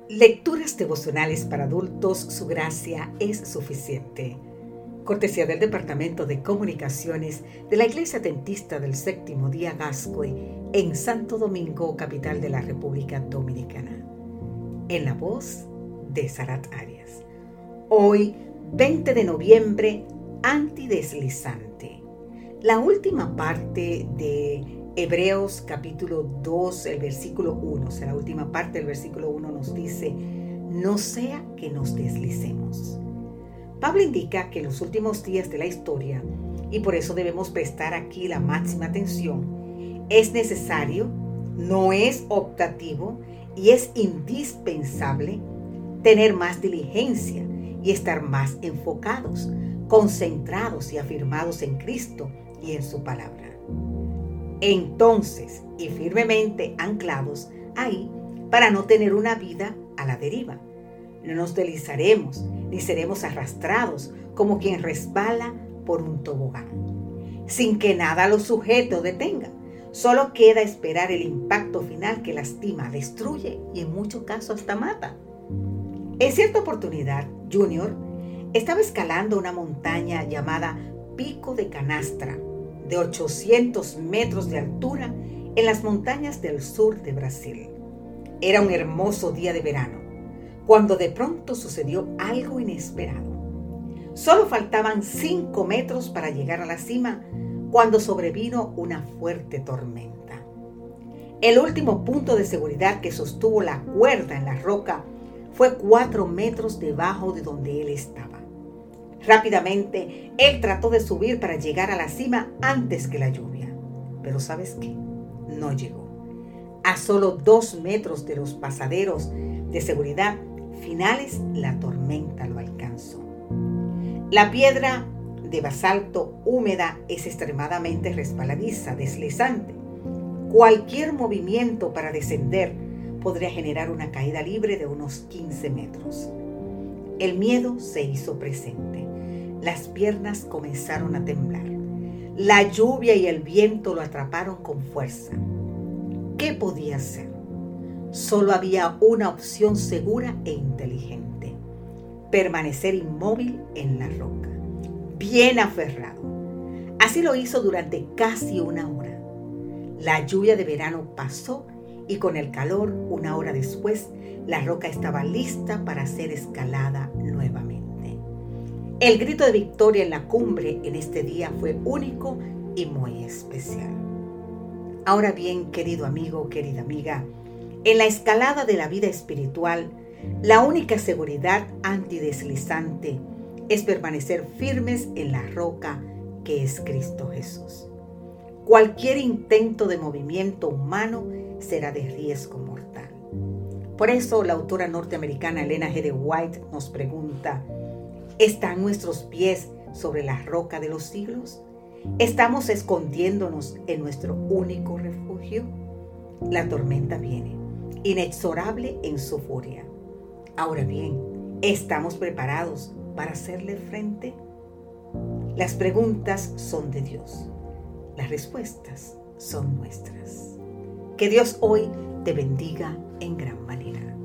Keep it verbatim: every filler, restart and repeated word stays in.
Lecturas devocionales para adultos, su gracia es suficiente. Cortesía del Departamento de Comunicaciones de la Iglesia Adventista del Séptimo Día Gascue en Santo Domingo, capital de la República Dominicana. En la voz de Sarat Arias. Hoy, veinte de noviembre, antideslizante. La última parte de Hebreos capítulo dos, el versículo uno, o sea, la última parte del versículo uno nos dice, no sea que nos deslicemos. Pablo indica que en los últimos días de la historia, y por eso debemos prestar aquí la máxima atención, es necesario, no es optativo y es indispensable tener más diligencia y estar más enfocados, concentrados y afirmados en Cristo y en su palabra. Entonces, y firmemente anclados ahí para no tener una vida a la deriva. No nos deslizaremos ni seremos arrastrados como quien resbala por un tobogán, sin que nada lo sujete o detenga. Solo queda esperar el impacto final que lastima, destruye y en muchos casos hasta mata. En cierta oportunidad, Junior estaba escalando una montaña llamada Pico de Canastra, de ochocientos metros de altura en las montañas del sur de Brasil. Era un hermoso día de verano, cuando de pronto sucedió algo inesperado. Solo faltaban cinco metros para llegar a la cima cuando sobrevino una fuerte tormenta. El último punto de seguridad que sostuvo la cuerda en la roca fue cuatro metros debajo de donde él estaba. Rápidamente, él trató de subir para llegar a la cima antes que la lluvia. Pero ¿sabes qué? No llegó. A solo dos metros de los pasaderos de seguridad finales, la tormenta lo alcanzó. La piedra de basalto húmeda es extremadamente resbaladiza, deslizante. Cualquier movimiento para descender podría generar una caída libre de unos quince metros. El miedo se hizo presente. Las piernas comenzaron a temblar. La lluvia y el viento lo atraparon con fuerza. ¿Qué podía hacer? Solo había una opción segura e inteligente: permanecer inmóvil en la roca, bien aferrado. Así lo hizo durante casi una hora. La lluvia de verano pasó y con el calor, una hora después, la roca estaba lista para ser escalada nuevamente. El grito de victoria en la cumbre en este día fue único y muy especial. Ahora bien, querido amigo, querida amiga, en la escalada de la vida espiritual, la única seguridad antideslizante es permanecer firmes en la roca que es Cristo Jesús. Cualquier intento de movimiento humano será de riesgo mortal. Por eso la autora norteamericana Elena G. de White nos pregunta, ¿están nuestros pies sobre la roca de los siglos? ¿Estamos escondiéndonos en nuestro único refugio? La tormenta viene, inexorable en su furia. Ahora bien, ¿estamos preparados para hacerle frente? Las preguntas son de Dios. Las respuestas son nuestras. Que Dios hoy te bendiga en gran manera.